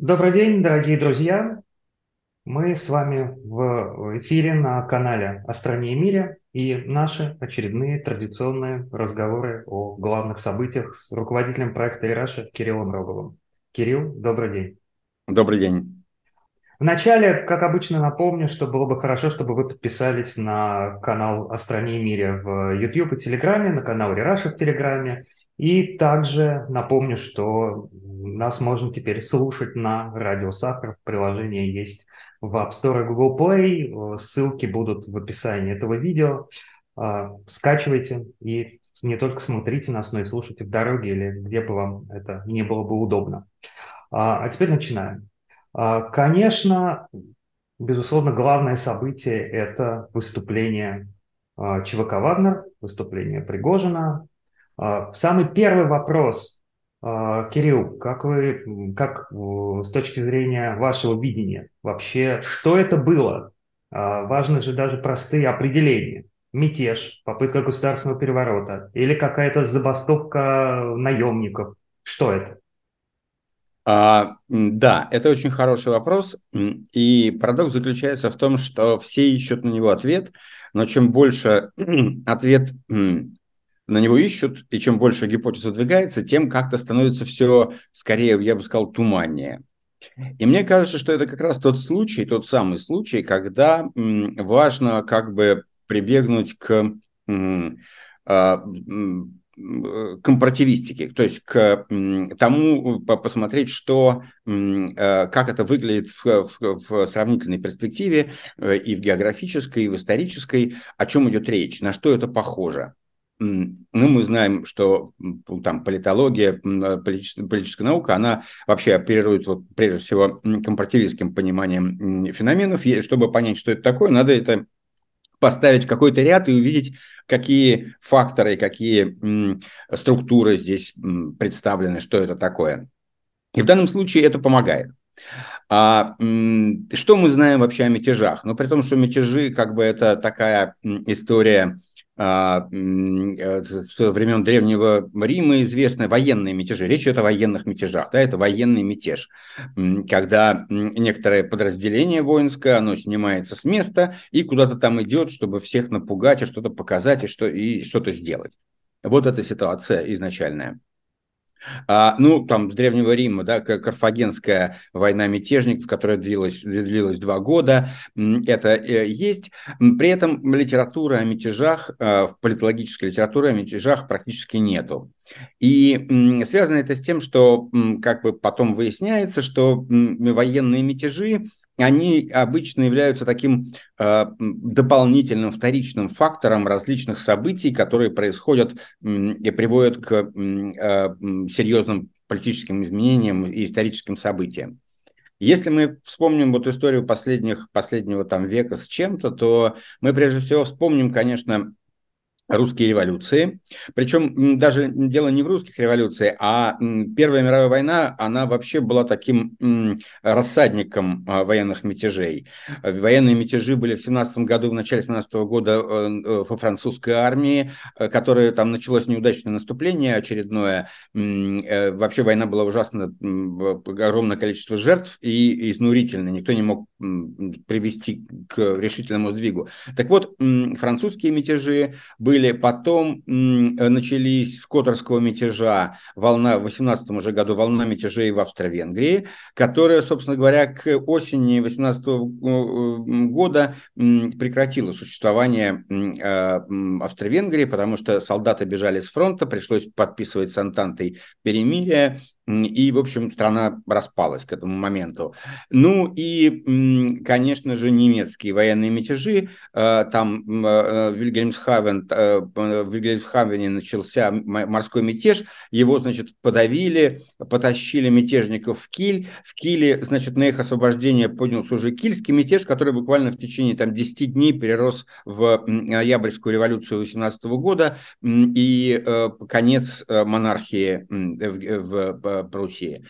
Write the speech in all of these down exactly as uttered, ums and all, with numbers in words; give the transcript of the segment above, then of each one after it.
Добрый день, дорогие друзья! Мы с вами в эфире на канале «О стране и мире» и наши очередные традиционные разговоры о главных событиях с руководителем проекта «Ираши» Кириллом Роговым. Кирилл, добрый день! Добрый день. Вначале, как обычно, напомню, что было бы хорошо, чтобы вы подписались на канал «О стране и мире» в YouTube и Телеграме, на канал «Ираши» в Телеграме. И также напомню, что нас можно теперь слушать на радио Сахар. Приложение есть в App Store и Google Play. Ссылки будут в описании этого видео. А, Скачивайте и не только смотрите нас, но и слушайте в дороге или где бы вам это не было бы удобно. А а теперь начинаем. А, Конечно, безусловно, главное событие – это выступление а, ЧВК «Вагнер», выступление Пригожина. А, Самый первый вопрос, а, Кирилл, как вы, м, как э, с точки зрения вашего видения, вообще, что это было? А, Важны же даже простые определения. Мятеж, попытка государственного переворота или какая-то забастовка наемников. Что это? А, м, да, это очень хороший вопрос. М, И парадокс заключается в том, что все ищут на него ответ, но чем больше ответ м, на него ищут, и чем больше гипотез выдвигается, тем как-то становится все скорее, я бы сказал, туманнее. И мне кажется, что это как раз тот случай, тот самый случай, когда м, важно как бы прибегнуть к м, а, м, м, компаративистике, то есть к м, тому, по- посмотреть, что, м, э, как это выглядит в, в- в сравнительной перспективе э, и в географической, и в исторической, о чем идет речь, на что это похоже. М, Ну, мы знаем, что м, там политология, м, э, политическая, политическая наука, она вообще оперирует вот, прежде всего м, компаративистским пониманием м, феноменов. И чтобы понять, что это такое, надо это поставить в какой-то ряд и увидеть, какие факторы, какие м, структуры здесь м, представлены, что это такое. И в данном случае это помогает. А м, что мы знаем вообще о мятежах? Ну, при том, что мятежи, как бы это такая м, история а, м, э, с времен Древнего Рима известная, военные мятежи. Речь идет о военных мятежах, да, это военный мятеж, м, когда м, некоторое подразделение воинское, оно снимается с места и куда-то там идет, чтобы всех напугать и что-то показать и, что, и что-то сделать. Вот эта ситуация изначальная. А, ну, там, с Древнего Рима, да, Кар- Карфагенская война мятежников, которая длилась, длилась два года, м, это э, есть. М, При этом литературы о мятежах, э, в политологической литературе о мятежах практически нету. И м, связано это с тем, что м, как бы потом выясняется, что м, военные мятежи, они обычно являются таким э, дополнительным вторичным фактором различных событий, которые происходят и приводят к м, э, м, серьезным политическим изменениям и историческим событиям. Если мы вспомним вот историю последних, последнего там века с чем-то, то мы прежде всего вспомним, конечно, русские революции. Причем м, даже дело не в русских революциях, а м, Первая мировая война, она вообще была таким м, рассадником а, военных мятежей. Э, Военные мятежи были в семнадцатом году, в начале семнадцатого года э, э, во французской армии, э, которое там началось неудачное наступление очередное. М, э, Вообще война была ужасно, м, в- огромное количество жертв и изнурительно. Никто не мог м, привести к решительному сдвигу. Так вот, м, французские мятежи, были потом, м, начались с Которского мятежа, волна в восемнадцатом уже году, волна мятежей в Австро-Венгрии, которая, собственно говоря, к осени восемнадцатого года м, прекратила существование м, э, м, Австро-Венгрии, потому что солдаты бежали с фронта, пришлось подписывать с Антантой перемирие, м, и, в общем, страна распалась к этому моменту. Ну и, м, конечно же, немецкие военные мятежи, э, там м, э, Вильгельмсхавен, э, в Вильгельмсхавене начался м- морской мятеж, его, значит, подавили, потащили мятежников в Киль, в Киле, значит, на их освобождение поднялся уже Кильский мятеж, который буквально в течение там десяти дней перерос в м, Ноябрьскую революцию восемнадцатого года м, и э, конец э, монархии м, в, в, Пруссии.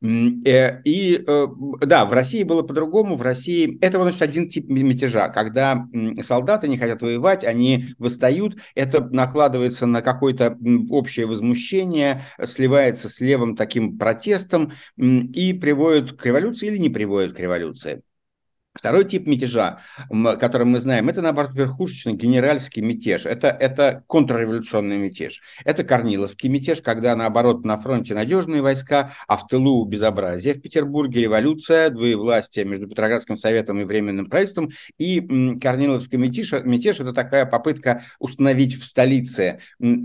И да, в России было по-другому. В России это, значит, один тип мятежа, когда солдаты не хотят воевать, они восстают, это накладывается на какое-то общее возмущение, сливается с левым таким протестом и приводит к революции или не приводит к революции. Второй тип мятежа, который мы знаем, это, наоборот, верхушечный генеральский мятеж. Это, это контрреволюционный мятеж. Это Корниловский мятеж, когда, наоборот, на фронте надежные войска, а в тылу безобразие. В Петербурге революция, двоевластие между Петроградским советом и Временным правительством. И Корниловский мятеж, мятеж – это такая попытка установить в столице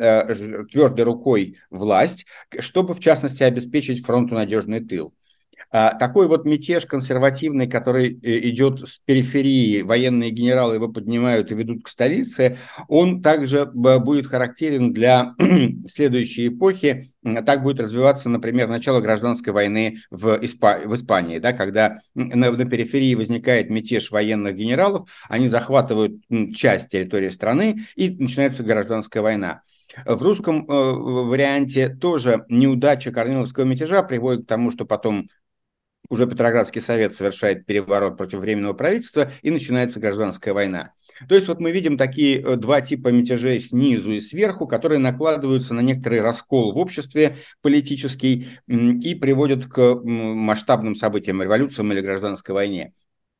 э, твердой рукой власть, чтобы, в частности, обеспечить фронту надежный тыл. Такой вот мятеж консервативный, который идет с периферии, военные генералы его поднимают и ведут к столице, он также будет характерен для следующей эпохи. Так будет развиваться, например, начало гражданской войны в, Испа- в Испании, да, когда на, на периферии возникает мятеж военных генералов, они захватывают часть территории страны, и начинается гражданская война. В русском э, варианте тоже неудача Корниловского мятежа приводит к тому, что потом уже Петроградский совет совершает переворот против Временного правительства, и начинается гражданская война. То есть вот мы видим такие два типа мятежей снизу и сверху, которые накладываются на некоторый раскол в обществе политический и приводят к масштабным событиям, революциям или гражданской войне.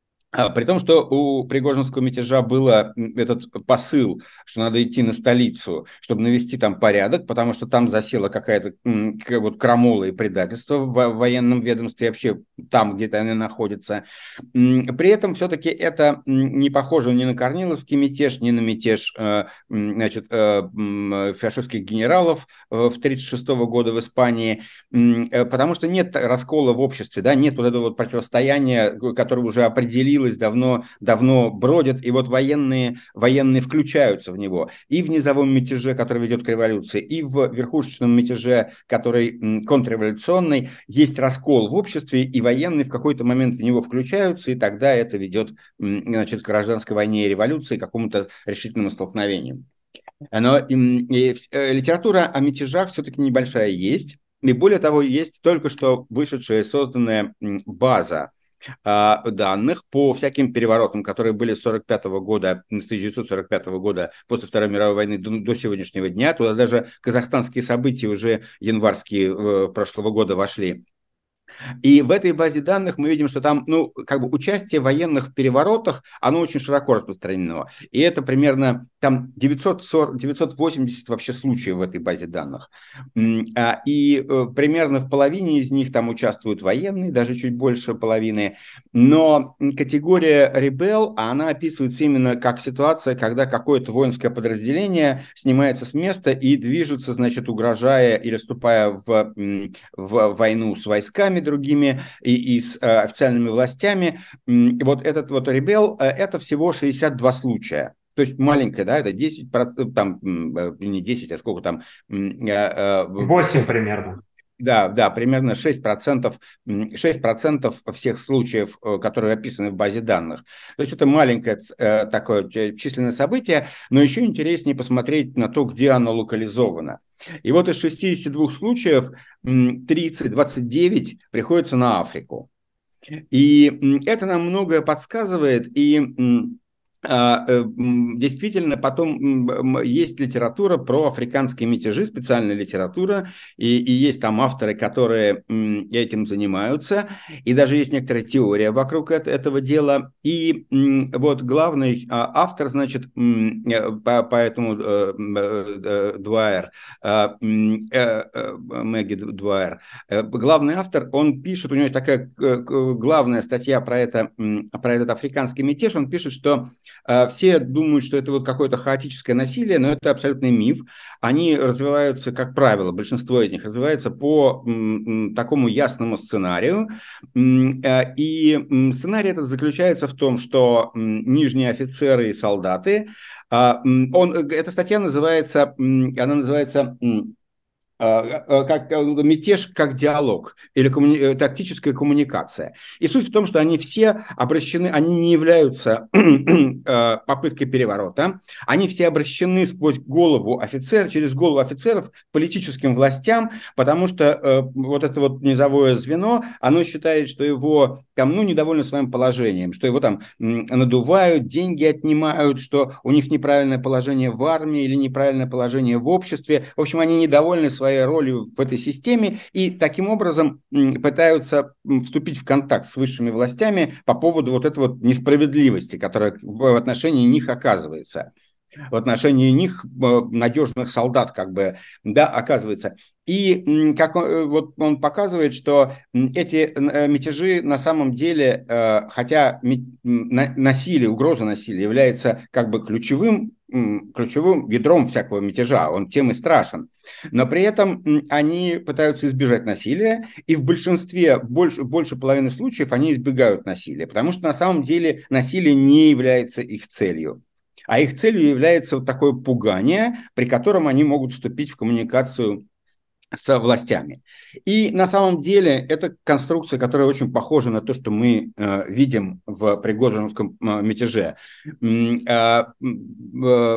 При том, что у Пригожинского мятежа был этот посыл, что надо идти на столицу, чтобы навести там порядок, потому что там засела какая-то вот крамола и предательство в военном ведомстве, вообще там где-то они находятся. При этом все-таки это не похоже ни на Корниловский мятеж, ни на мятеж, значит, фашистских генералов в тысяча девятьсот тридцать шестого года в Испании, потому что нет раскола в обществе, да, нет вот этого вот противостояния, которое уже определилось, давно, давно бродят, и вот военные, военные включаются в него. И в низовом мятеже, который ведет к революции, и в верхушечном мятеже, который контрреволюционный, есть раскол в обществе, и военные в какой-то момент в него включаются, и тогда это ведет, значит, к гражданской войне и революции, к какому-то решительному столкновению. Но и, и, и, литература о мятежах все-таки небольшая есть, и более того, есть только что вышедшая и созданная база данных по всяким переворотам, которые были с сорок пятого года, с тысяча девятьсот сорок пятого года, после Второй мировой войны до, до сегодняшнего дня. Туда даже казахстанские события уже январские э, прошлого года вошли. И в этой базе данных мы видим, что там, ну, как бы участие военных в переворотах, оно очень широко распространено. И это примерно там девятьсот сорок, девятьсот восемьдесят вообще случаев в этой базе данных. И примерно в половине из них там участвуют военные, даже чуть больше половины. Но категория Rebel, она описывается именно как ситуация, когда какое-то воинское подразделение снимается с места и движется, значит, угрожая или вступая в, в войну с войсками другими и, и с э, официальными властями. Вот этот вот Rebel, э, это всего шестьдесят два случая. То есть маленькая, да, это десять, там, не десять, а сколько там? восемь примерно. Да, да, примерно шесть процентов, шесть процентов всех случаев, которые описаны в базе данных. То есть это маленькое э, такое численное событие, но еще интереснее посмотреть на то, где оно локализовано. И вот из шестидесяти двух случаев тридцать, двадцать девять приходится на Африку. И это нам многое подсказывает, и действительно, потом есть литература про африканские мятежи, специальная литература, и, и есть там авторы, которые этим занимаются, и даже есть некоторая теория вокруг этого дела. И вот главный автор, значит, по, по этому Дуайер, Мэгги Дуайер, главный автор, он пишет, у него есть такая главная статья про, это, про этот африканский мятеж, он пишет, что все думают, что это вот какое-то хаотическое насилие, но это абсолютный миф. Они развиваются, как правило, большинство из них развивается по м, такому ясному сценарию. И сценарий этот заключается в том, что нижние офицеры и солдаты, он, эта статья называется, она называется как мятеж как диалог или коммуни... тактическая коммуникация. И суть в том, что они все обращены, они не являются попыткой переворота, они все обращены сквозь голову офицера, через голову офицеров к политическим властям, потому что вот это вот низовое звено, оно считает, что его там, ну, недовольны своим положением, что его там надувают, деньги отнимают, что у них неправильное положение в армии или неправильное положение в обществе. В общем, они недовольны своей ролью в этой системе и таким образом пытаются вступить в контакт с высшими властями по поводу вот этой вот несправедливости, которая в отношении них оказывается. В отношении них надежных солдат, как бы, да, оказывается. И как он, вот он показывает, что эти мятежи на самом деле, хотя насилие, угроза насилия является как бы ключевым, ключевым ядром всякого мятежа, он тем и страшен, но при этом они пытаются избежать насилия, и в большинстве, больше, больше половины случаев они избегают насилия, потому что на самом деле насилие не является их целью. А их целью является вот такое пугание, при котором они могут вступить в коммуникацию с властями. И на самом деле это конструкция, которая очень похожа на то, что мы э, видим в Пригожиновском э, мятеже. Э, э,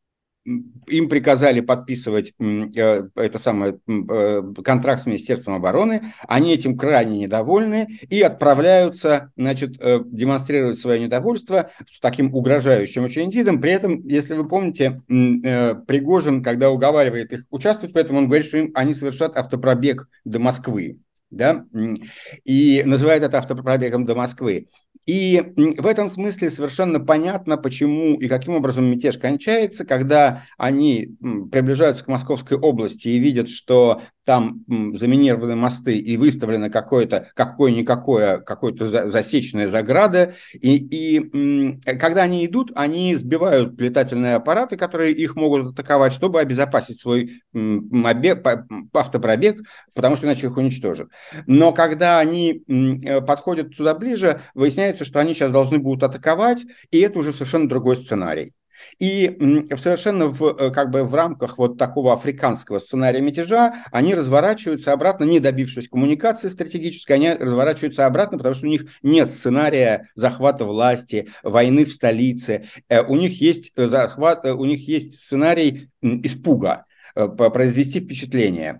им приказали подписывать э, это самое, э, контракт с Министерством обороны, они этим крайне недовольны и отправляются, значит, э, демонстрировать свое недовольство с таким угрожающим очень видом. При этом, если вы помните, э, Пригожин, когда уговаривает их участвовать в этом, он говорит, что им, они совершат автопробег до Москвы. Да? И называет это автопробегом до Москвы. И в этом смысле совершенно понятно, почему и каким образом мятеж кончается, когда они приближаются к Московской области и видят, что там заминированы мосты и выставлено какое-то, какое-никакое, какое-то засечная заграда. И, и когда они идут, они сбивают летательные аппараты, которые их могут атаковать, чтобы обезопасить свой обег, автопробег, потому что иначе их уничтожат. Но когда они подходят туда ближе, выясняется, что они сейчас должны будут атаковать, и это уже совершенно другой сценарий. И совершенно в, как бы в рамках вот такого африканского сценария мятежа они разворачиваются обратно, не добившись коммуникации стратегической, они разворачиваются обратно, потому что у них нет сценария захвата власти, войны в столице. У них есть захват, у них есть сценарий испуга, произвести впечатление.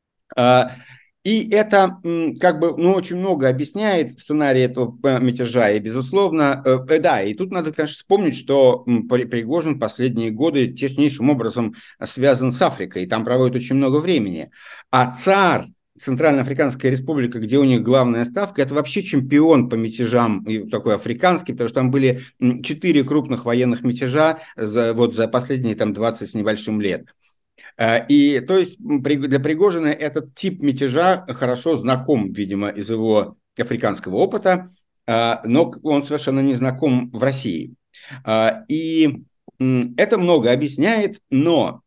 И это как бы ну, очень много объясняет в сценарии этого мятежа. И, безусловно, э, да, и тут надо, конечно, вспомнить, что Пригожин последние годы теснейшим образом связан с Африкой, и там проводит очень много времени. А ЦАР, Центральноафриканская республика, где у них главная ставка, это вообще чемпион по мятежам, такой африканский, потому что там были четыре крупных военных мятежа за, вот, за последние там, двадцать с небольшим лет. И то есть для Пригожина этот тип мятежа хорошо знаком, видимо, из его африканского опыта, но он совершенно не знаком в России. И это много объясняет, но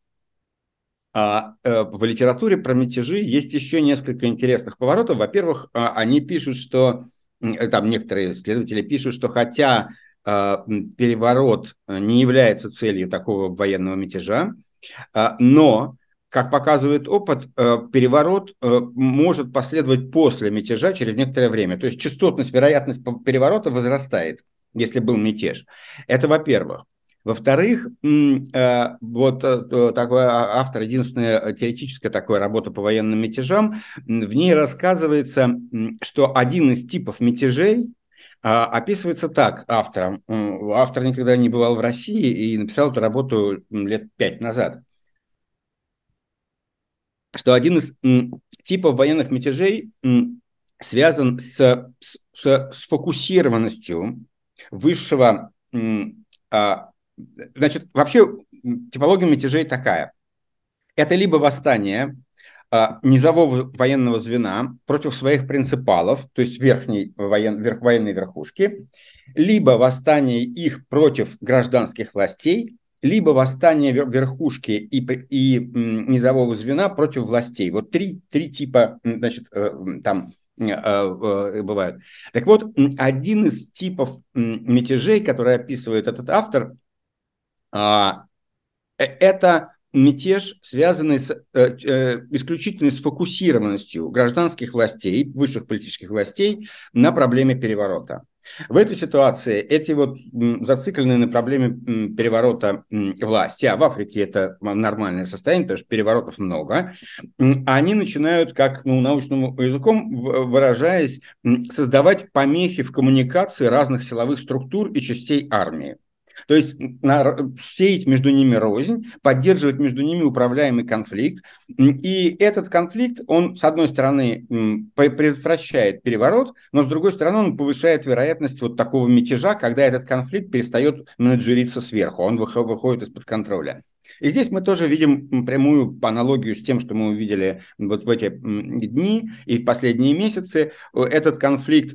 в литературе про мятежи есть еще несколько интересных поворотов. Во-первых, они пишут, что, там некоторые исследователи пишут, что хотя переворот не является целью такого военного мятежа, но, как показывает опыт, переворот может последовать после мятежа через некоторое время. То есть частотность, вероятность переворота возрастает, если был мятеж. Это во-первых. Во-вторых, вот такой автор, единственная теоретическая такая работа по военным мятежам, в ней рассказывается, что один из типов мятежей описывается так автором. Автор никогда не бывал в России и написал эту работу лет пять назад. Что один из типов военных мятежей связан с, с сфокусированностью высшего... Значит, вообще типология мятежей такая. Это либо восстание низового военного звена против своих принципалов, то есть верхней воен, верх, военной верхушки, либо восстание их против гражданских властей, либо восстание верхушки и, и низового звена против властей. Вот три, три типа, значит, там бывают. Так вот, один из типов мятежей, который описывает этот автор, это мятеж, связанный с, э, э, исключительной сфокусированностью гражданских властей, высших политических властей на проблеме переворота. В этой ситуации эти вот м, зацикленные на проблеме м, переворота м, власти, а в Африке это нормальное состояние, потому что переворотов много, м, они начинают, как ну, научным языком выражаясь, м, создавать помехи в коммуникации разных силовых структур и частей армии. То есть на, сеять между ними рознь, поддерживать между ними управляемый конфликт. И этот конфликт, он, с одной стороны, предотвращает переворот, но, с другой стороны, он повышает вероятность вот такого мятежа, когда этот конфликт перестает менеджериться сверху, он выходит из-под контроля. И здесь мы тоже видим прямую аналогию с тем, что мы увидели вот в эти дни и в последние месяцы. Этот конфликт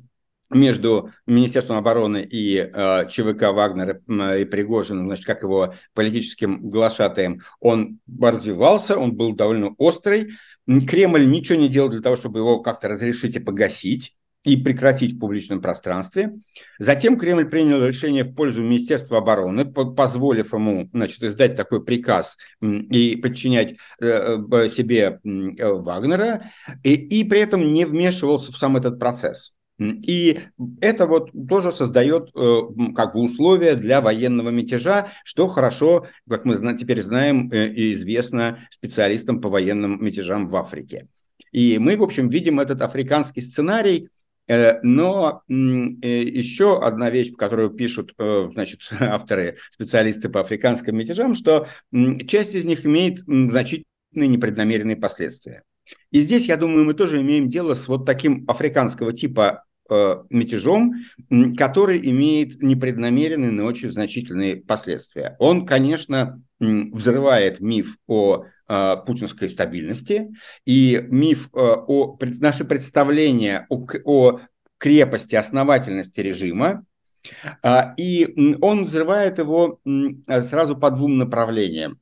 между Министерством обороны и э, ЧВК Вагнера э, и Пригожиным, значит, как его политическим глашатаем, он развивался, он был довольно острый. Кремль ничего не делал для того, чтобы его как-то разрешить и погасить, и прекратить в публичном пространстве. Затем Кремль принял решение в пользу Министерства обороны, позволив ему, значит, издать такой приказ и подчинять э, себе э, Вагнера, и, и при этом не вмешивался в сам этот процесс. И это вот тоже создает э, как бы условия для военного мятежа, что хорошо, как мы зна- теперь знаем э, и известно специалистам по военным мятежам в Африке. И мы, в общем, видим этот африканский сценарий, э, но э, еще одна вещь, которую пишут э, значит, авторы, специалисты по африканским мятежам, что э, часть из них имеет э, значительные непреднамеренные последствия. И здесь, я думаю, мы тоже имеем дело с вот таким африканского типа мятежом, который имеет непреднамеренные, но очень значительные последствия. Он, конечно, взрывает миф о э, путинской стабильности и миф э, о наше представление о, о крепости, основательности режима. Э, и он взрывает его э, сразу по двум направлениям.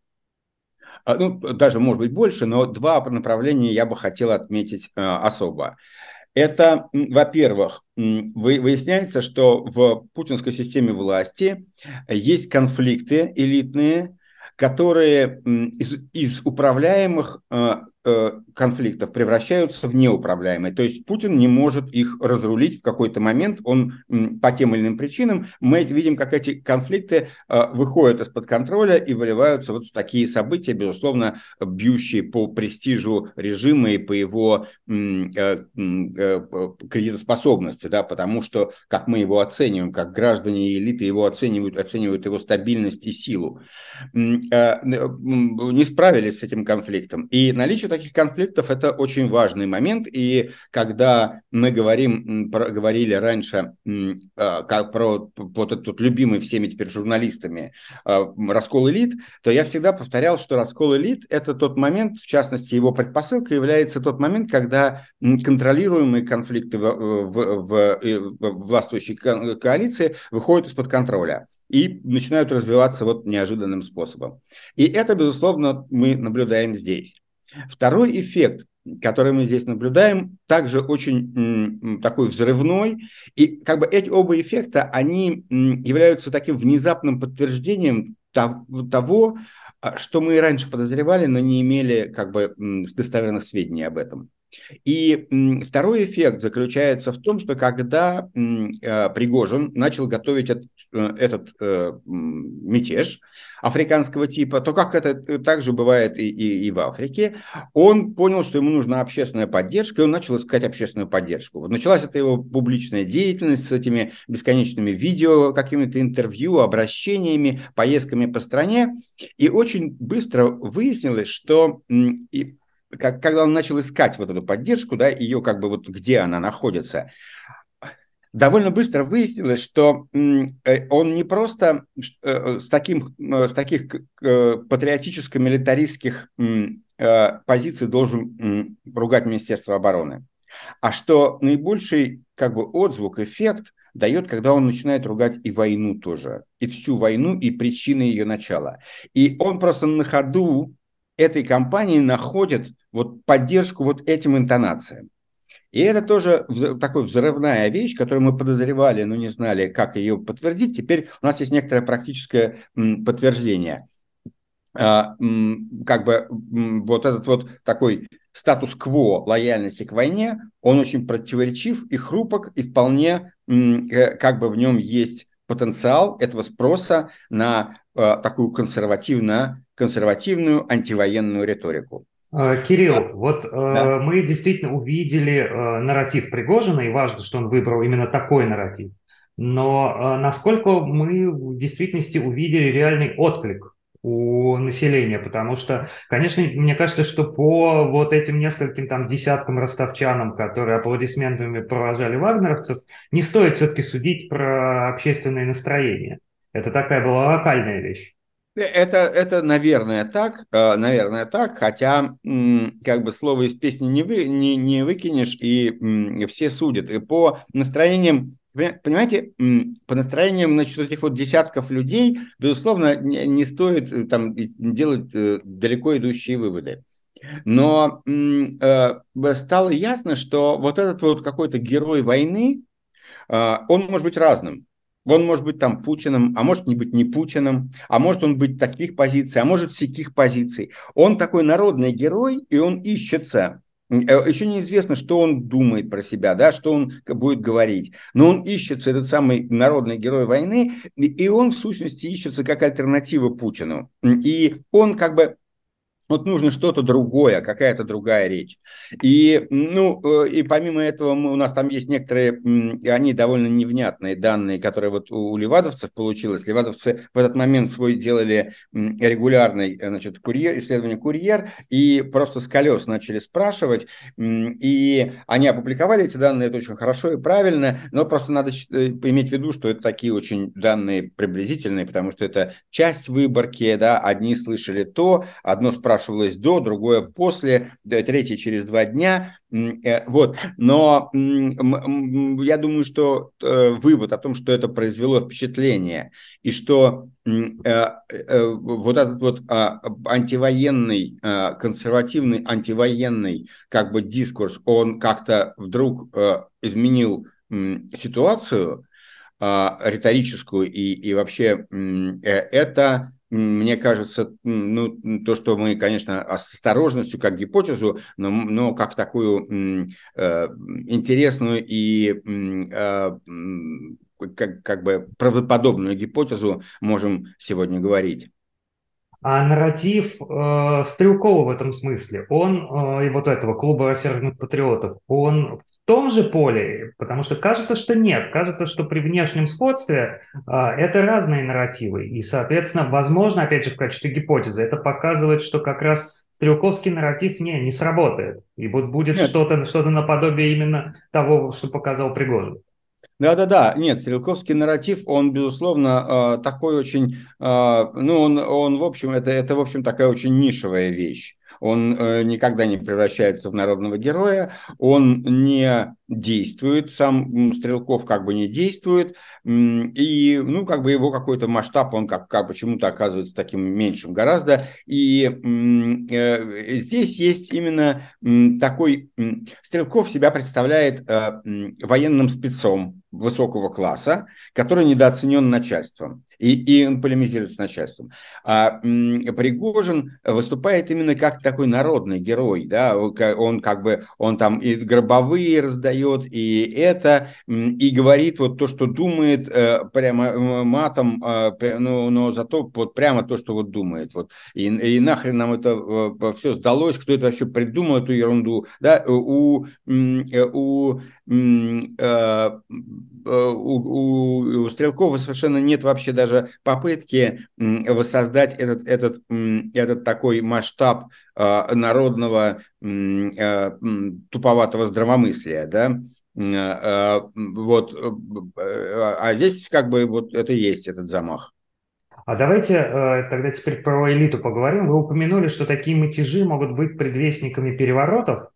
Ну, даже, может быть, больше, но два направления я бы хотел отметить э, особо. Это, во-первых, выясняется, что в путинской системе власти есть конфликты элитные, которые из, из управляемых э, э, конфликтов превращаются в неуправляемые. То есть Путин не может их разрулить в какой-то момент, он м, по тем или иным причинам, мы видим, как эти конфликты э, выходят из-под контроля и выливаются вот в такие события, безусловно, бьющие по престижу режима и по его м, э, э, кредитоспособности, да, потому что, как мы его оцениваем, как граждане и элиты его оценивают, оценивают его стабильность и силу, не справились с этим конфликтом. И наличие таких конфликтов – это очень важный момент. И когда мы говорим, про, говорили раньше как про вот этот любимый всеми теперь журналистами раскол элит, то я всегда повторял, что раскол элит – это тот момент, в частности, его предпосылкой является тот момент, когда контролируемые конфликты в, в, в, в властвующей коалиции выходят из-под контроля и начинают развиваться вот неожиданным способом. И это, безусловно, мы наблюдаем здесь. Второй эффект, который мы здесь наблюдаем, также очень м, такой взрывной. И как бы эти оба эффекта, они м, являются таким внезапным подтверждением того, что мы и раньше подозревали, но не имели как бы достоверных сведений об этом. И м, второй эффект заключается в том, что когда м, э, Пригожин начал готовить этот, этот э, мятеж африканского типа, то как это также бывает и, и, и в Африке, он понял, что ему нужна общественная поддержка, и он начал искать общественную поддержку. Вот началась эта его публичная деятельность с этими бесконечными видео, какими-то интервью, обращениями, поездками по стране, и очень быстро выяснилось, что м, и, как, когда он начал искать вот эту поддержку, да, ее как бы вот где она находится, довольно быстро выяснилось, что он не просто с, таким, с таких патриотическо-милитаристских позиций должен ругать Министерство обороны, а что наибольший как бы отзвук, эффект дает, когда он начинает ругать и войну тоже, и всю войну, и причины ее начала. И он просто на ходу этой кампании находит вот поддержку вот этим интонациям. И это тоже такая взрывная вещь, которую мы подозревали, но не знали, как ее подтвердить. Теперь у нас есть некоторое практическое подтверждение. а, как бы вот этот вот такой статус-кво лояльности к войне, он очень противоречив и хрупок, и вполне э, как бы в нем есть потенциал этого спроса на э, такую консервативно, консервативную антивоенную риторику. Э, Кирилл, вот э, Да. мы действительно увидели э, нарратив Пригожина, и важно, что он выбрал именно такой нарратив. Но э, насколько мы в действительности увидели реальный отклик у населения? Потому что, конечно, мне кажется, что по вот этим нескольким там десяткам ростовчанам, которые аплодисментами провожали вагнеровцев, не стоит все-таки судить про общественное настроение. Это такая была локальная вещь. Это, это, наверное, так, э, наверное, так, хотя м, как бы слово из песни не, вы, не, не выкинешь, и м, все судят. И по настроениям, поня- понимаете, м, по настроениям, значит, этих вот десятков людей, безусловно, не, не стоит э, там и делать э, далеко идущие выводы. Но м, э, стало ясно, что вот этот вот какой-то герой войны, а, он может быть разным. Он может быть там Путиным, а может не быть не Путиным, а может он быть таких позиций, а может сяких позиций. Он такой народный герой, и он ищется. Э, Еще неизвестно, что он думает про себя, да, что он будет говорить. Но он ищется, этот самый народный герой войны, и и он в сущности ищется как альтернатива Путину. И он как бы вот нужно что-то другое, какая-то другая речь. И, ну, э, и помимо этого мы, у нас там есть некоторые, м, они довольно невнятные данные, которые вот у, у левадовцев получилось. Левадовцы в этот момент свой делали м, регулярный, э, значит, курьер, исследование курьер, и просто с колес начали спрашивать, м, и они опубликовали эти данные, это очень хорошо и правильно, но просто надо щ- э, иметь в виду, что это такие очень данные приблизительные, потому что это часть выборки, да, одни слышали то, одно спрашивалось до, другое после, да, третье через два дня. М, э, Вот. Но м, м, я думаю, что э, вывод о том, что это произвело впечатление, и что м, э, э, вот этот вот а, антивоенный, а, консервативный антивоенный как бы дискурс, он как-то вдруг э, изменил м, ситуацию, а, риторическую и, и вообще м, э, это, м, мне кажется, м, ну, то, что мы, конечно, с осторожностью как гипотезу, но, но как такую м, э, интересную и м, э, м, как, как бы правдоподобную гипотезу можем сегодня говорить. А нарратив э, Стрелкова в этом смысле, он э, и вот этого клуба рассерженных патриотов, он в том же поле, потому что кажется, что нет, кажется, что при внешнем сходстве э, это разные нарративы, и, соответственно, возможно, опять же, в качестве гипотезы, это показывает, что как раз стрелковский нарратив не, не сработает, и вот будет Нет, что-то что-то наподобие именно того, что показал Пригожин. да-да-да, нет, стрелковский нарратив, он, безусловно, э, такой очень, э, ну, он, он, в общем, это, это, в общем, такая очень нишевая вещь. Он э, никогда не превращается в народного героя, он не действует, сам м, Стрелков как бы не действует, м, и, ну, как бы его какой-то масштаб, он как, как почему-то оказывается таким меньшим гораздо, и м, э, здесь есть именно м, такой, м, Стрелков себя представляет э, м, военным спецом высокого класса, который недооценен начальством, и, и он полемизирует с начальством. А м, Пригожин выступает именно как такой народный герой, да, он, ка- он как бы, он там и гробовые раздает, и это, м, и говорит вот то, что думает, э, прямо э, матом, э, пря- ну, но зато вот прямо то, что вот думает, вот, и, и нахрен нам это все сдалось, кто это вообще придумал, эту ерунду, да, у, м, э, у м, э, э, у, у, у Стрелкова совершенно нет вообще даже попытки м, воссоздать этот, этот, м, этот такой масштаб э, народного м, э, м, туповатого здравомыслия, да, М, э, вот, э, а здесь как бы вот это и есть этот замах. А давайте э, тогда теперь про элиту поговорим. Вы упомянули, что такие мятежи могут быть предвестниками переворотов,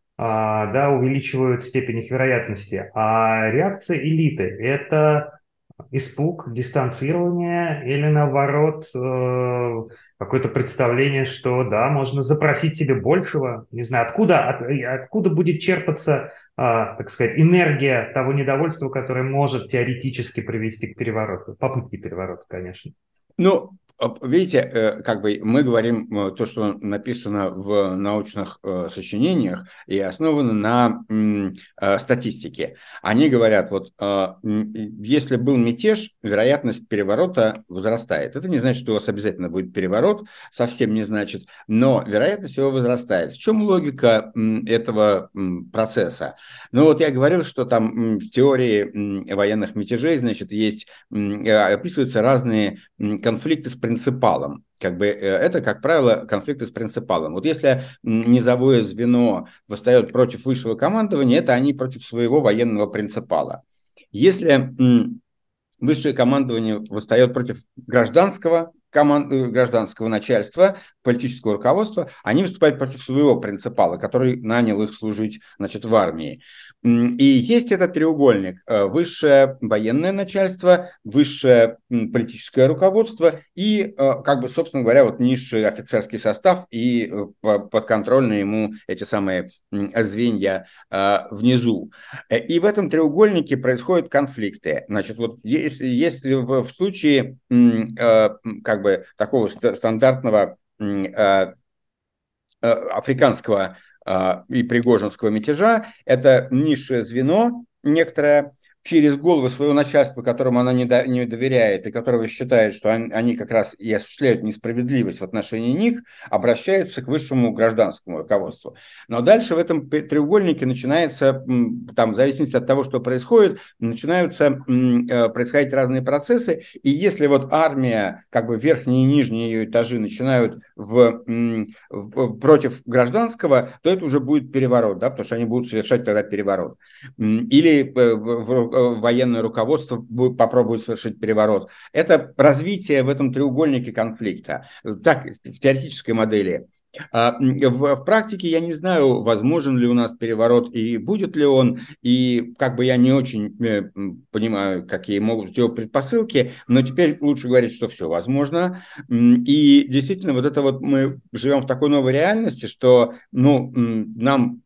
а, да, увеличивают степень их вероятности. А реакция элиты– это испуг, дистанцирование или наоборот э, какое-то представление, что да, можно запросить себе большего. Не знаю, откуда, от- и откуда будет черпаться, а, так сказать, энергия того недовольства, которое может теоретически привести к перевороту, попытке переворота, конечно. Ну, видите, как бы мы говорим то, что написано в научных сочинениях и основано на статистике. Они говорят, вот если был мятеж, вероятность переворота возрастает. Это не значит, что у вас обязательно будет переворот, совсем не значит, но вероятность его возрастает. В чем логика этого процесса? Ну вот я говорил, что там в теории военных мятежей, значит, есть, описываются разные конфликты с принципалом. Как бы это, как правило, конфликты с принципалом. Вот если низовое звено восстает против высшего командования, это они против своего военного принципала. Если высшее командование восстает против гражданского, команд... гражданского начальства, политического руководства, они выступают против своего принципала, который нанял их служить, значит, в армии. И есть этот треугольник: высшее военное начальство, высшее политическое руководство и, как бы, собственно говоря, вот низший офицерский состав и подконтрольные ему эти самые звенья внизу. И в этом треугольнике происходят конфликты. Значит, вот если, если в, в случае как бы такого стандартного африканского и пригожинского мятежа, это низшее звено некоторое через голову своего начальства, которому она не, до, не доверяет и которого считает, что они, они как раз и осуществляют несправедливость в отношении них, обращаются к высшему гражданскому руководству. Но дальше в этом треугольнике начинается, там, в зависимости от того, что происходит, начинаются происходить разные процессы. И если вот армия, как бы верхние и нижние ее этажи начинают в, в, против гражданского, то это уже будет переворот, да, потому что они будут совершать тогда переворот. Или в военное руководство будет, попробует совершить переворот. Это развитие в этом треугольнике конфликта. Так, в теоретической модели. В, в практике я не знаю, возможен ли у нас переворот и будет ли он, и как бы я не очень понимаю, какие могут быть его предпосылки, но теперь лучше говорить, что все возможно. И действительно, вот это вот мы живем в такой новой реальности, что, ну, нам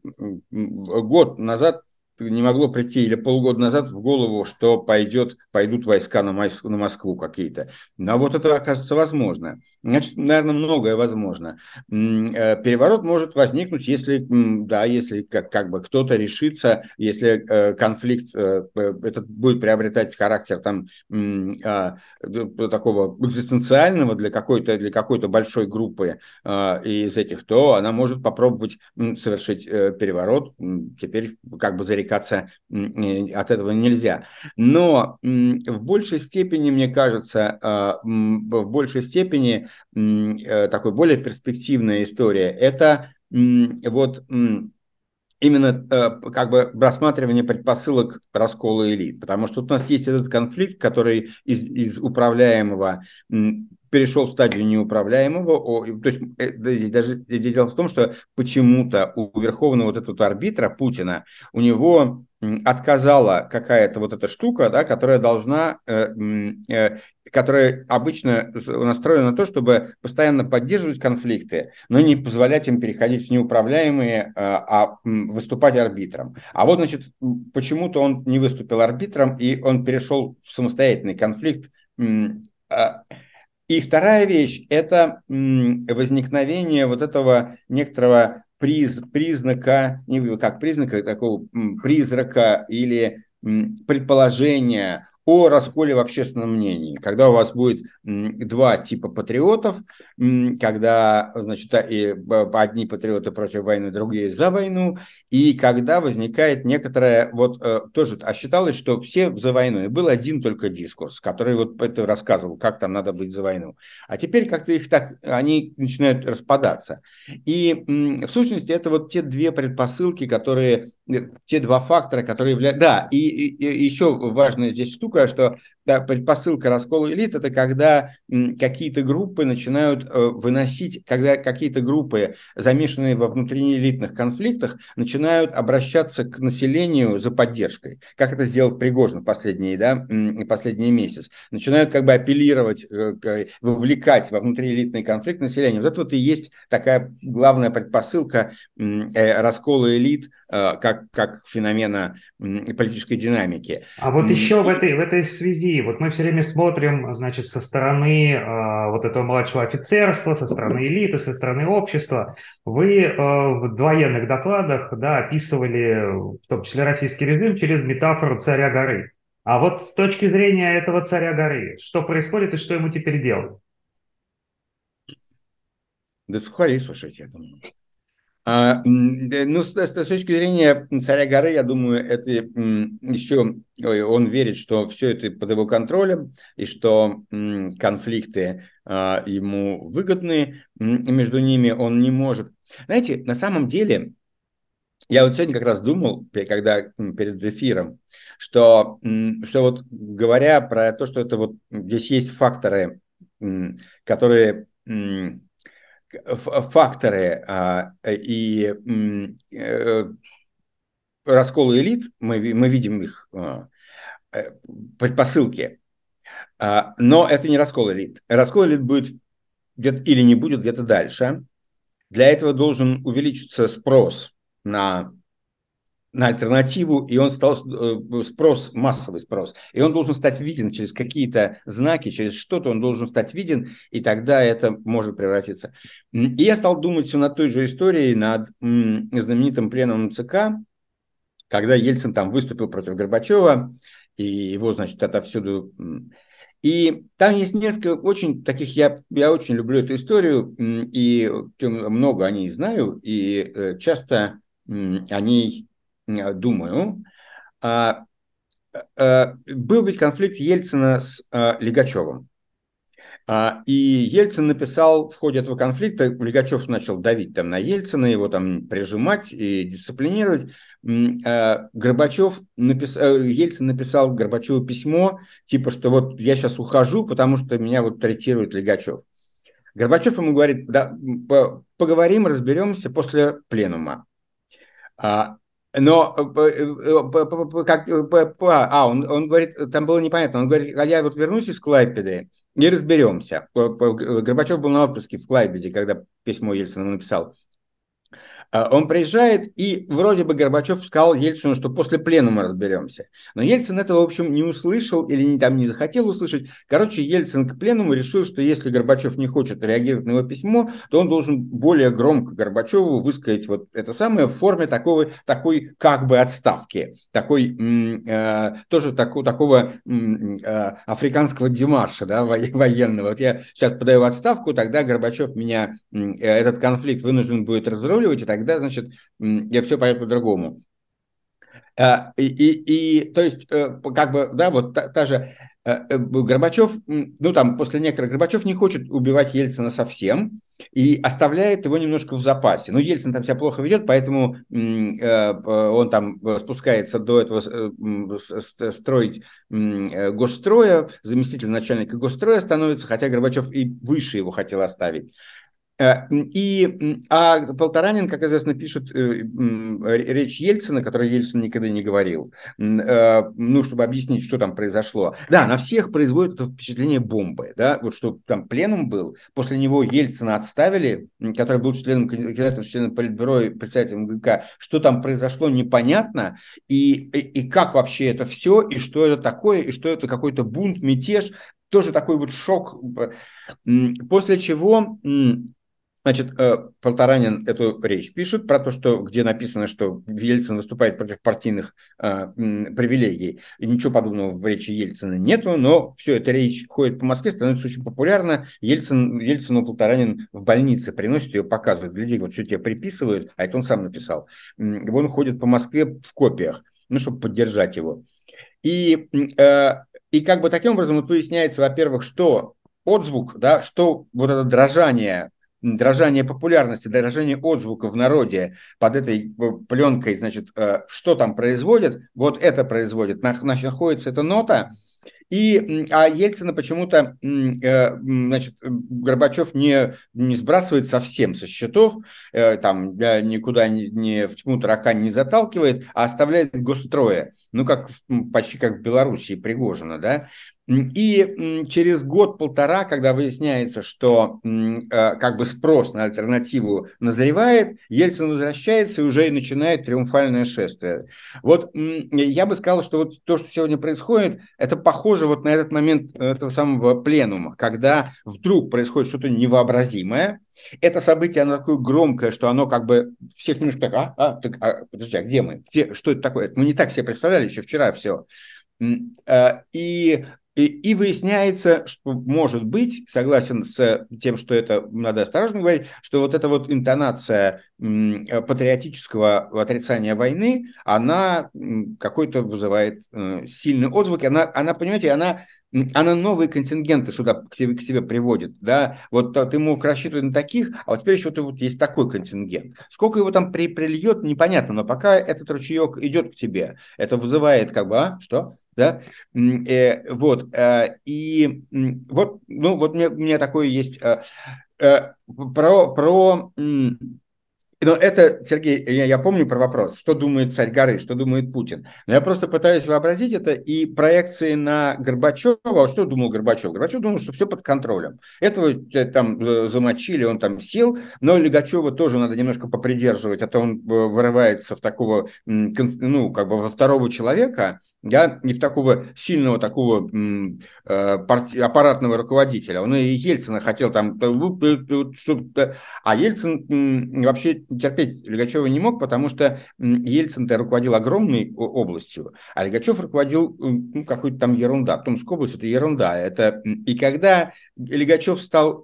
год назад не могло прийти, или полгода назад, в голову, что пойдет, пойдут войска на, Мос- на Москву какие-то. Но вот это, оказывается, возможно. Значит, наверное, многое возможно. Переворот может возникнуть, если, да, если как, как бы кто-то решится, если э, конфликт э, этот будет приобретать характер там, э, такого экзистенциального для какой-то, для какой-то большой группы э, из этих, то она может попробовать совершить э, переворот. Теперь как бы зарекаться от этого нельзя. Но в большей степени, мне кажется, в большей степени такой более перспективная история – это вот именно как бы рассматривание предпосылок раскола элит. Потому что тут у нас есть этот конфликт, который из, из управляемого перешел в стадию неуправляемого. То есть здесь даже здесь дело в том, что почему-то у верховного вот этого арбитра Путина, у него отказала какая-то вот эта штука, да, которая должна, э, э, которая обычно настроена на то, чтобы постоянно поддерживать конфликты, но не позволять им переходить в неуправляемые, э, а выступать арбитром. А вот, значит, почему-то он не выступил арбитром, и он перешел в самостоятельный конфликт. И вторая вещь – это возникновение вот этого некоторого приз, признака, не как признака, такого призрака или предположения о расколе в общественном мнении. Когда у вас будет два типа патриотов, когда, значит, и одни патриоты против войны, другие за войну, и когда возникает некоторая, вот тоже, а считалось, что все за войну, и был один только дискурс, который вот это рассказывал, как там надо быть за войну. А теперь как-то их так, они начинают распадаться. И в сущности это вот те две предпосылки, которые, те два фактора, которые являются... Да, и, и, и еще важная здесь штука, что да, предпосылка раскола элит – это когда м, какие-то группы начинают э, выносить, когда какие-то группы, замешанные во внутриэлитных конфликтах, начинают обращаться к населению за поддержкой. Как это сделал Пригожин последний, да, последний месяц. Начинают как бы апеллировать, э, вовлекать во внутриэлитный конфликт население. Вот это вот и есть такая главная предпосылка э, раскола элит, как как, как феномена политической динамики. А вот еще в этой, в этой связи, вот мы все время смотрим, значит, со стороны э, вот этого младшего офицерства, со стороны элиты, со стороны общества. Вы э, в довоенных докладах, да, описывали, в том числе российский режим, через метафору царя горы. А вот с точки зрения этого царя горы, что происходит и что ему теперь делать? Да сухари, слушайте, я думаю. А, ну, с, с точки зрения царя горы, я думаю, это еще он верит, что все это под его контролем, и что конфликты а, ему выгодны между ними, он не может. Знаете, на самом деле, я вот сегодня как раз думал, когда перед эфиром, что, что вот говоря про то, что это вот здесь есть факторы, которые факторы а, и э, расколы элит, мы, мы видим их а, предпосылки, а, но это не раскол элит. Раскол элит будет где-то или не будет где-то дальше. Для этого должен увеличиться спрос на на альтернативу, и он стал спрос, массовый спрос. И он должен стать виден через какие-то знаки, через что-то он должен стать виден, и тогда это может превратиться. И я стал думать все над той же историей, над знаменитым пленумом ЦК, когда Ельцин там выступил против Горбачева, и его, значит, отовсюду... И там есть несколько очень таких, я, я очень люблю эту историю, и много о ней знаю, и часто о ней думаю. А, а, был ведь конфликт Ельцина с а, Лигачевым. А, и Ельцин написал в ходе этого конфликта, Лигачев начал давить там на Ельцина, его там прижимать и дисциплинировать. А, Горбачев написал, Ельцин написал Горбачеву письмо, типа, что вот я сейчас ухожу, потому что меня вот третирует Лигачев. Горбачев ему говорит, да, поговорим, разберемся после пленума. А, но как, а, он, он говорит, там было непонятно, он говорит, а я вот вернусь из Клайпеды и разберемся. Горбачев был на отпуске в Клайпеде, когда письмо Ельцину написал. Он приезжает, и вроде бы Горбачев сказал Ельцину, что после пленума разберемся. Но Ельцин этого, в общем, не услышал или не, там, не захотел услышать. Короче, Ельцин к пленуму решил, что если Горбачев не хочет реагировать на его письмо, то он должен более громко Горбачеву высказать вот это самое в форме такой, такой как бы отставки. Такой, э, тоже такого, такого э, африканского демарша, да, военного. Вот я сейчас подаю в отставку, тогда Горбачев меня, э, этот конфликт вынужден будет разруливать, и так тогда, значит, я все пойдет по-другому. И, и, и, то есть, как бы, да, вот та, та же Горбачев, ну, там, после некоторых, Горбачев не хочет убивать Ельцина совсем и оставляет его немножко в запасе. Ну, Ельцин там себя плохо ведет, поэтому он там спускается до этого строить госстроя, заместитель начальника госстроя становится, хотя Горбачев и выше его хотел оставить. И, а Полторанин, как известно, пишет э, речь Ельцина, которую Ельцин никогда не говорил, э, ну, чтобы объяснить, что там произошло. Да, на всех производит это впечатление бомбы, да, вот что там пленум был, после него Ельцина отставили, который был членом, кандидатом в члены Политбюро и председателем ГК, что там произошло, непонятно, и, и, и как вообще это все, и что это такое, и что это какой-то бунт, мятеж, тоже такой вот шок, после чего... Значит, Полторанин эту речь пишет про то, что, где написано, что Ельцин выступает против партийных э, привилегий. И ничего подобного в речи Ельцина нету, но все, эта речь ходит по Москве, становится очень популярна. Ельцин, Ельцину Полторанин в больнице приносит ее, показывает. Гляди, вот что тебе приписывают, а это он сам написал. Он ходит по Москве в копиях, ну, чтобы поддержать его. И, э, и как бы таким образом вот выясняется, во-первых, что отзвук, да, что вот это дрожание, дрожание популярности, дрожание отзвука в народе под этой пленкой, значит, что там производит, вот это производит, находится эта нота, И, а Ельцина почему-то, значит, Горбачев не, не сбрасывает совсем со счетов, там никуда не, не в тьму таракань не заталкивает, а оставляет госстроя, ну, как почти как в Белоруссии Пригожина, да. И через год-полтора, когда выясняется, что как бы спрос на альтернативу назревает, Ельцин возвращается и уже и начинает триумфальное шествие. Вот я бы сказал, что вот то, что сегодня происходит, это похоже вот на этот момент этого самого пленума, когда вдруг происходит что-то невообразимое. Это событие, оно такое громкое, что оно как бы всех немножко так, а, а, так, а подожди, а где мы? Где, что это такое? Мы не так себе представляли еще вчера все. И И, и выясняется, что, может быть, согласен с тем, что это надо осторожно говорить, что вот эта вот интонация м, патриотического отрицания войны, она м, какой-то вызывает э, сильный отзвук. Она, она, понимаете, она, она новые контингенты сюда к себе, к себе приводит. Да? Вот ты мог рассчитывать на таких, а вот теперь еще вот есть такой контингент. Сколько его там при, прильет, непонятно, но пока этот ручеек идет к тебе, это вызывает как бы, а, что? Да? Э, вот, э, и вот, ну, вот мне, у меня такое есть э, э, про, про но это, Сергей, я, я помню про вопрос, что думает царь горы, что думает Путин. Но я просто пытаюсь вообразить это и проекции на Горбачева. А что думал Горбачев? Горбачев думал, что все под контролем. Этого там замочили, он там сел, но Лигачева тоже надо немножко попридерживать, а то он вырывается в такого, ну, как бы во второго человека, да, не в такого сильного такого парти- аппаратного руководителя. Он и Ельцина хотел там, что-то, а Ельцин вообще терпеть Лигачева не мог, потому что Ельцин-то руководил огромной областью, а Лигачев руководил ну, какой-то там ерунда. Томская область – это ерунда. Это... И когда Лигачев стал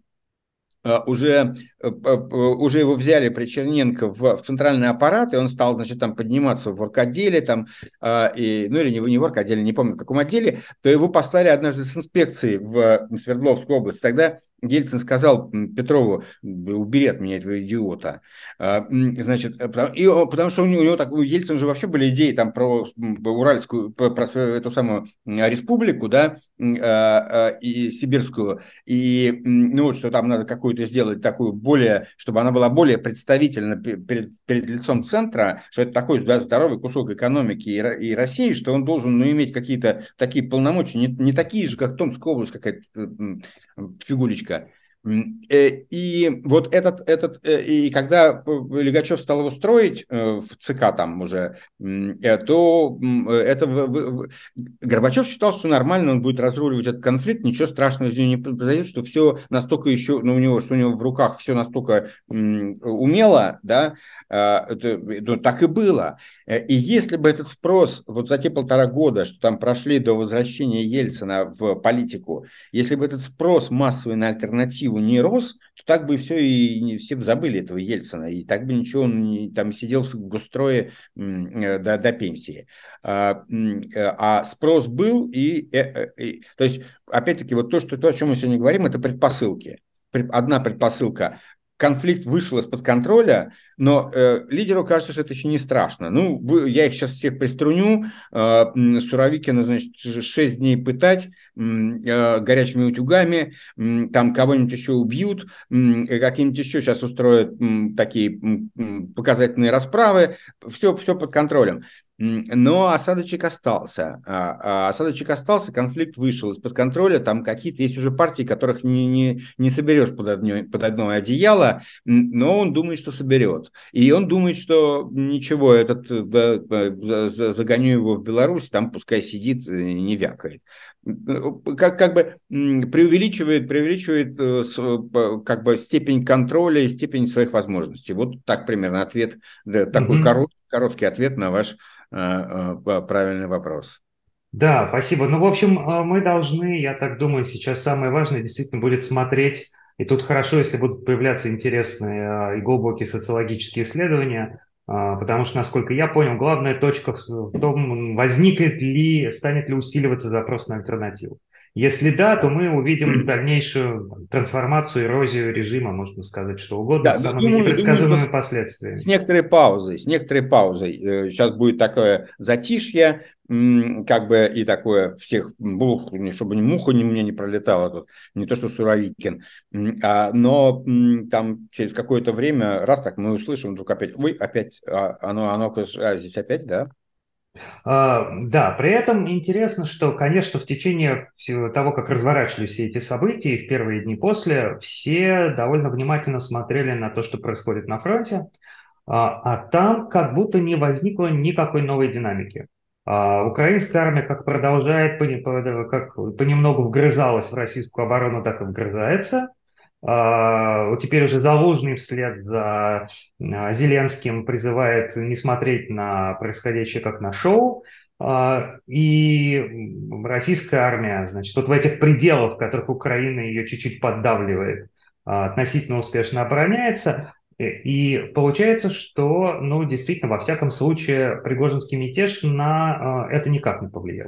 уже, уже его взяли при Черненко в, в центральный аппарат, и он стал, значит, там подниматься в орготделе, там, и, ну или не, не в орготделе, не помню в каком отделе, то его послали однажды с инспекцией в Свердловскую область. Тогда Ельцин сказал Петрову: убери от меня этого идиота. Значит, и, потому что у него, у него так, у Ельцина же вообще были идеи там про Уральскую, про, про эту самую республику, да, и сибирскую, и, ну, вот, что там надо какую-то сделать такую более, чтобы она была более представительна перед, перед лицом центра, что это такой да, здоровый кусок экономики и, и России, что он должен ну, иметь какие-то такие полномочия, не, не такие же, как Томская область, какая-то фигулечка. И вот этот, этот, и когда Лигачев стал его строить в ЦК там уже, то это Горбачев считал, что нормально, он будет разруливать этот конфликт, ничего страшного из него не произойдет, что все настолько еще, ну, у него, что у него в руках все настолько умело, да, это, ну, так и было. И если бы этот спрос вот за те полтора года, что там прошли до возвращения Ельцина в политику, если бы этот спрос массовый на альтернативу не рос, то так бы все и не, все бы забыли этого Ельцина, и так бы ничего он не, там сидел в госстрое до, до пенсии. А, а спрос был, и, и то есть, опять-таки, вот то, что, то, о чем мы сегодня говорим, это предпосылки. Одна предпосылка: конфликт вышел из-под контроля, но э, лидеру кажется, что это еще не страшно. Ну, вы, я их сейчас всех приструню, э, Суровикина, значит, шесть дней пытать э, горячими утюгами, э, там кого-нибудь еще убьют, э, какие-нибудь еще сейчас устроят э, такие э, показательные расправы, все, все под контролем. Но осадочек остался. А осадочек остался, конфликт вышел из-под контроля. Там какие-то есть уже партии, которых не, не, не соберешь под, одно, под одно одеяло, но он думает, что соберет. И он думает, что ничего, этот, да, загоню его в Беларусь, там пускай сидит, не вякает. Как, как бы преувеличивает, преувеличивает как бы степень контроля и степень своих возможностей. Вот так примерно ответ, да, такой Мгм. короткий, короткий ответ на ваш правильный вопрос. Да, спасибо. Ну, в общем, э, мы должны, я так думаю, сейчас самое важное действительно будет смотреть, и тут хорошо, если будут появляться интересные э, и глубокие социологические исследования, э, потому что, насколько я понял, главная точка в в том, возникнет ли, станет ли усиливаться запрос на альтернативу. Если да, то мы увидим дальнейшую трансформацию, эрозию режима, можно сказать, что угодно, Да, с ду- самыми думаю, думаю, что непредсказуемыми с, с последствиями. некоторой паузой, с некоторой паузой. Э, Сейчас будет такое затишье, м, как бы и такое всех бух, ни- чтобы ни муха ни мне не пролетала тут, не то что Суровикин. М, а, но м, там через какое-то время, раз так мы услышим, вдруг опять, ой, опять, а, оно, оно, а, здесь опять, да? А, Да, при этом интересно, что, конечно, в течение всего того, как разворачивались все эти события, и в первые дни после, все довольно внимательно смотрели на то, что происходит на фронте, а, а там как будто не возникло никакой новой динамики. А, Украинская армия как продолжает, пони- по- как понемногу вгрызалась в российскую оборону, так и вгрызается. А, вот теперь уже Залужный вслед за а, Зеленским призывает не смотреть на происходящее как на шоу. А, И м, российская армия, значит, вот в этих пределах, в которых Украина ее чуть-чуть поддавливает, а, относительно успешно обороняется. И и получается, что, ну, действительно, во всяком случае, Пригожинский мятеж на а, это никак не повлиял.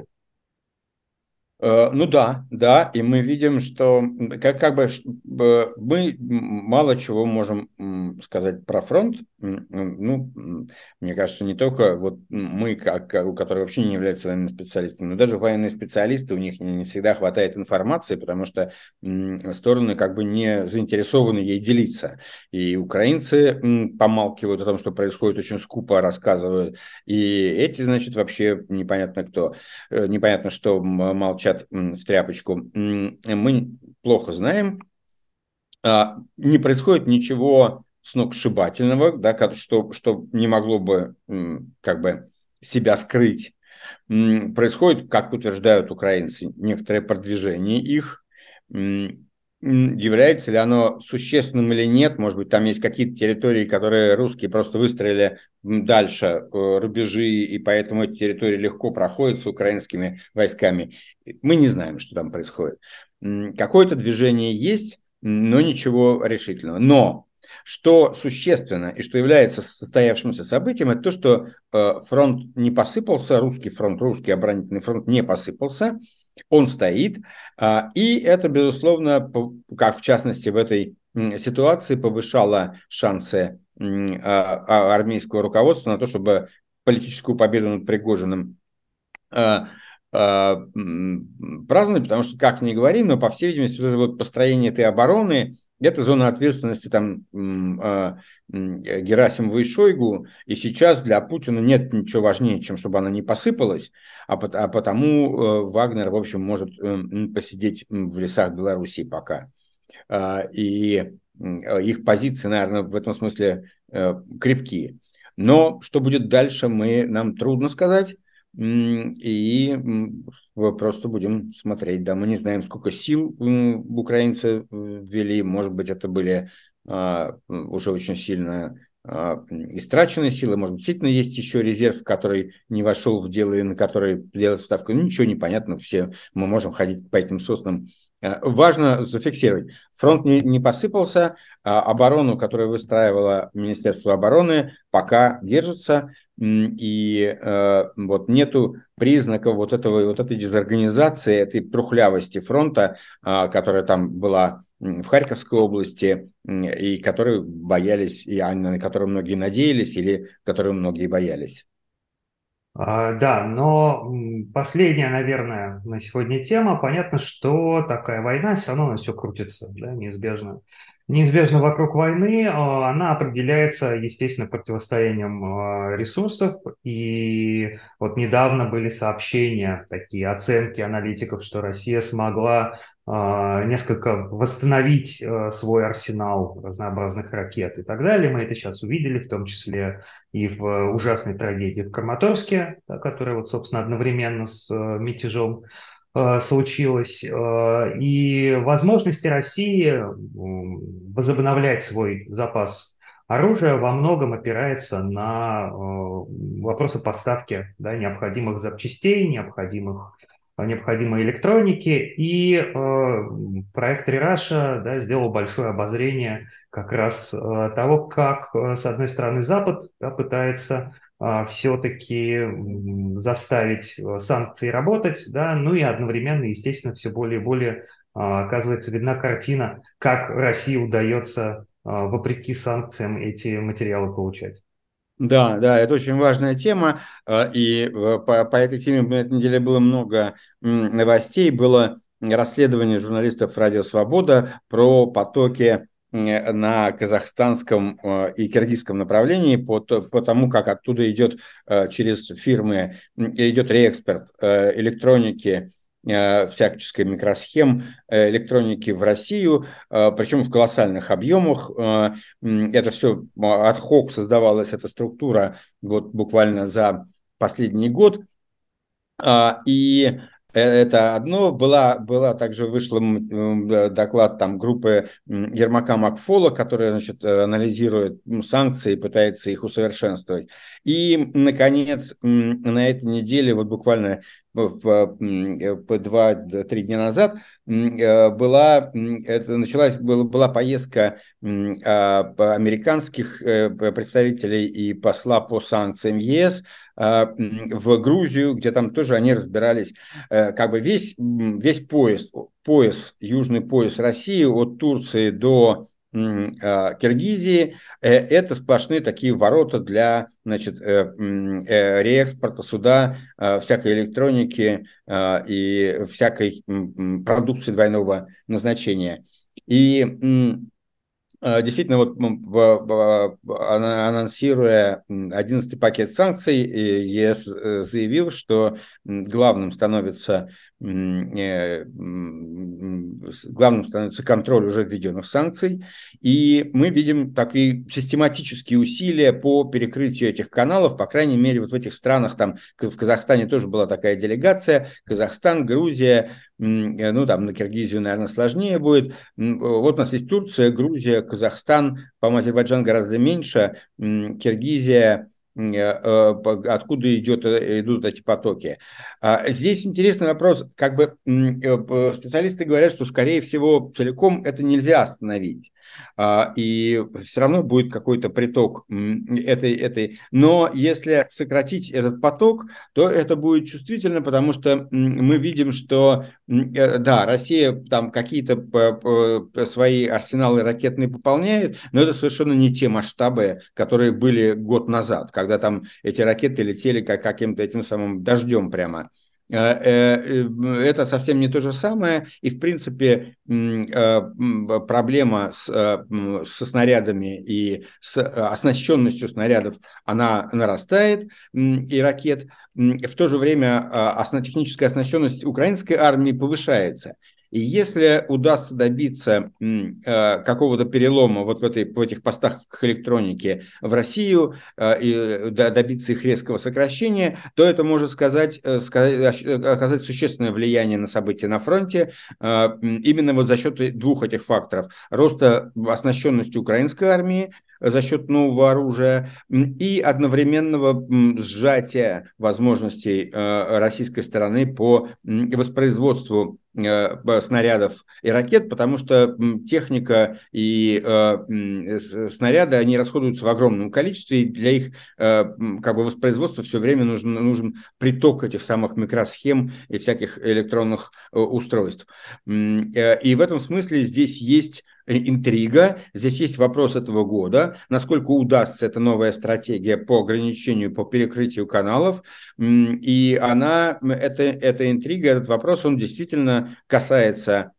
Э, Ну да, да, и мы видим, что м, как, как бы ш- б- мы м, мало чего можем м, сказать про фронт. М, м, Ну, м, мне кажется, не только вот мы, как, как- у которых вообще не являются военными специалистами, но даже военные специалисты, у них не, не всегда хватает информации, потому что м, стороны как бы не заинтересованы ей делиться. И украинцы м, помалкивают о том, что происходит, очень скупо рассказывают, и эти, значит, вообще непонятно кто. Э, непонятно, что молчат в тряпочку. Мы плохо знаем, а, не происходит ничего сногсшибательного, да, что, что не могло бы как бы себя скрыть. Происходит, как утверждают украинцы, некоторое продвижение их. Является ли оно существенным или нет? Может быть, там есть какие-то территории, которые русские просто выстроили дальше э, рубежи, и поэтому эти территории легко проходят с украинскими войсками. Мы не знаем, что там происходит. Какое-то движение есть, но ничего решительного. Но что существенно и что является состоявшимся событием, это то, что э, фронт не посыпался, русский фронт, русский оборонительный фронт не посыпался, он стоит, а, и это, безусловно, как в частности в этой ситуации повышало шансы а, а, армейского руководства на то, чтобы политическую победу над Пригожиным а, а, праздновать, потому что, как ни говори, но, по всей видимости, вот это вот построение этой обороны, это зона ответственности там а, Герасимова и Шойгу, и сейчас для Путина нет ничего важнее, чем чтобы она не посыпалась, а, а потому э, Вагнер, в общем, может э, посидеть в лесах Белоруссии пока. А, и их позиции, наверное, в этом смысле э, крепкие. Но что будет дальше, мы, нам трудно сказать. И просто будем смотреть. Да, мы не знаем, сколько сил украинцы ввели. Может быть, это были а, уже очень сильно а, истраченные силы. Может быть, действительно есть еще резерв, который не вошел в дело и на который делать ставку. Ну, ничего не понятно. Все мы можем ходить по этим соснам. Важно зафиксировать. Фронт не, не посыпался, а оборону, которую выстраивало Министерство обороны, пока держится. И э, вот нету признаков вот, этого, вот этой дезорганизации, этой трухлявости фронта, э, которая там была в Харьковской области, и которую боялись, и на которую многие надеялись, или которую многие боялись. А, Да, но м, последняя, наверное, на сегодня тема. Понятно, что такая война, все равно она все крутится, да, неизбежно. Неизбежно вокруг войны, а, она определяется, естественно, противостоянием а, ресурсов. И вот недавно были сообщения, такие оценки аналитиков, что Россия смогла а, несколько восстановить а, свой арсенал разнообразных ракет и так далее. Мы это сейчас увидели, в том числе и в ужасной трагедии в Краматорске, да, которая вот, собственно, одновременно с э, мятежом э, случилась. Э, и возможности России м, возобновлять свой запас оружия во многом опирается на э, вопросы поставки, да, необходимых запчастей, необходимых необходимой электроники, и э, проект Рераша, да, сделал большое обозрение как раз э, того, как, э, с одной стороны, Запад, да, пытается все-таки заставить э, санкции работать, да, ну и одновременно, естественно, все более и более а, оказывается видна картина, как России удается, а, вопреки санкциям, эти материалы получать. Да, да, это очень важная тема, э, и э, по, по этой теме на этой неделе было много м, новостей, было расследование журналистов «Радио Свобода» про потоки э, на казахстанском э, и киргизском направлении, по, то- по тому, как оттуда идет э, через фирмы, м, идет реэкспорт э, электроники, э, всяческой микросхем э, электроники в Россию, э, причем в колоссальных объемах. Э, Это все ad-hoc создавалась эта структура вот буквально за последний год. А, И э, это одно. Была, была также вышла м, м, доклад там группы м, Ермака Макфола, которая, значит, э, анализирует м, санкции и пытается их усовершенствовать. И, наконец, м, на этой неделе, вот буквально в м, э, по два-три дня назад, м, э, была, м, это началась, была, была поездка м, а, по американских э, представителей и посла по санкциям ЕС а, м, в Грузию, где там тоже они разбирались, э, как бы весь, м, весь пояс, пояс, южный пояс России от Турции до м, а, Киргизии, э, это сплошные такие ворота для, значит, э, м, э, реэкспорта сюда э, всякой электроники э, и всякой м, м, продукции двойного назначения. И м, Э, Действительно, вот м, в- в- ана- анонсируя м, одиннадцатый пакет санкций, э, ЕС э, заявил, что м, главным становится, м, э, м, с- главным становится контроль уже введенных санкций. И мы видим такие систематические усилия по перекрытию этих каналов, по крайней мере, вот в этих странах, там к- в Казахстане тоже была такая делегация, Казахстан, Грузия, м, э, ну там на Киргизию, наверное, сложнее будет. М, Вот у нас есть Турция, Грузия, Казахстан, по-моему, Азербайджан гораздо меньше, м, Киргизия, м, э, э, по- откуда идет, э, идут эти потоки. А, Здесь интересный вопрос, как бы м, э, п- специалисты говорят, что, скорее всего, целиком это нельзя остановить. А, и все равно будет какой-то приток м, этой, этой. Но если сократить этот поток, то это будет чувствительно, потому что м, мы видим, что м, э, да, Россия там какие-то п- п- свои арсеналы ракетные пополняет, но это совершенно не те масштабы, которые были год назад, когда там эти ракеты летели как каким-то этим самым дождем прямо. Э, э, э, Это совсем не то же самое, и в принципе м, э, м, проблема с, э, м, со снарядами и с э, оснащенностью снарядов, она нарастает, м, и ракет. М, В то же время а, осно- техническая оснащенность украинской армии повышается. И если удастся добиться м, э, какого-то перелома вот в, этой, в этих поставках электроники в Россию э, и э, до- добиться их резкого сокращения, то это может сказать, э, сказать, э, оказать существенное влияние на события на фронте э, м, именно вот за счет двух этих факторов. Роста оснащенности украинской армии э, за счет нового оружия и одновременного сжатия возможностей э, российской стороны по воспроизводству э, снарядов и ракет, потому что техника и э, снаряды, они расходуются в огромном количестве, и для их э, как бы воспроизводства все время нужен, нужен приток этих самых микросхем и всяких электронных э, устройств. Э, И в этом смысле здесь есть интрига. Здесь есть вопрос этого года, насколько удастся эта новая стратегия по ограничению, по перекрытию каналов. И она, эта, эта интрига, этот вопрос, он действительно касается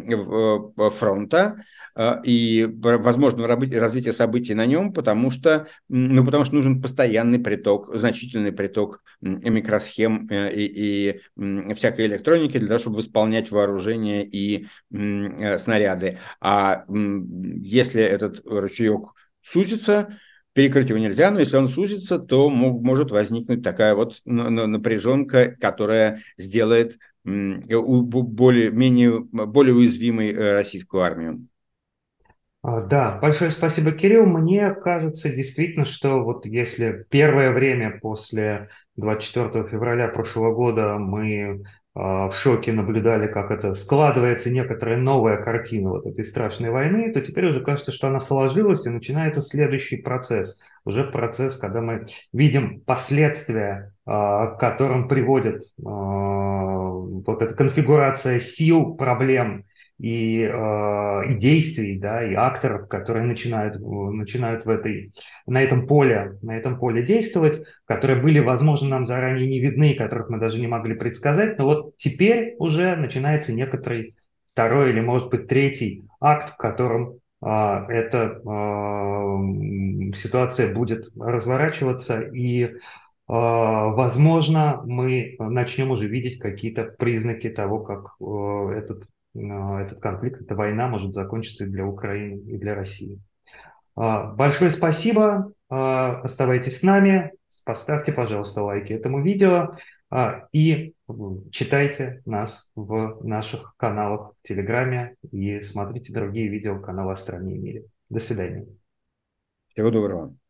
фронта и возможного развития событий на нем, потому что, ну, потому что нужен постоянный приток, значительный приток микросхем э, и, и всякой электроники для того, чтобы восполнять вооружение и э, снаряды. А если этот ручеек сузится, перекрыть его нельзя, но если он сузится, то мог, может возникнуть такая вот напряженка, которая сделает более, менее, более уязвимой э, российскую армию. А, Да, большое спасибо, Кирилл. Мне кажется действительно, что вот если первое время после двадцать четвёртого февраля прошлого года мы в шоке наблюдали, как это складывается некоторая новая картина вот этой страшной войны, то теперь уже кажется, что она сложилась, и начинается следующий процесс. Уже процесс, когда мы видим последствия, к которым приводит вот эта конфигурация сил, проблем и, и действий, да, и акторов, которые начинают, начинают в этой, на этом поле, на этом поле действовать, которые были, возможно, нам заранее не видны, которых мы даже не могли предсказать. Но вот теперь уже начинается некоторый второй или, может быть, третий акт, в котором а, эта а, ситуация будет разворачиваться, и, а, возможно, мы начнем уже видеть какие-то признаки того, как а, этот, а, этот конфликт, эта война может закончиться и для Украины, и для России. А, Большое спасибо. А, Оставайтесь с нами. Поставьте, пожалуйста, лайки этому видео а, и м, читайте нас в наших каналах в Телеграме и смотрите другие видео канала «О стране и мире». До свидания. Всего доброго.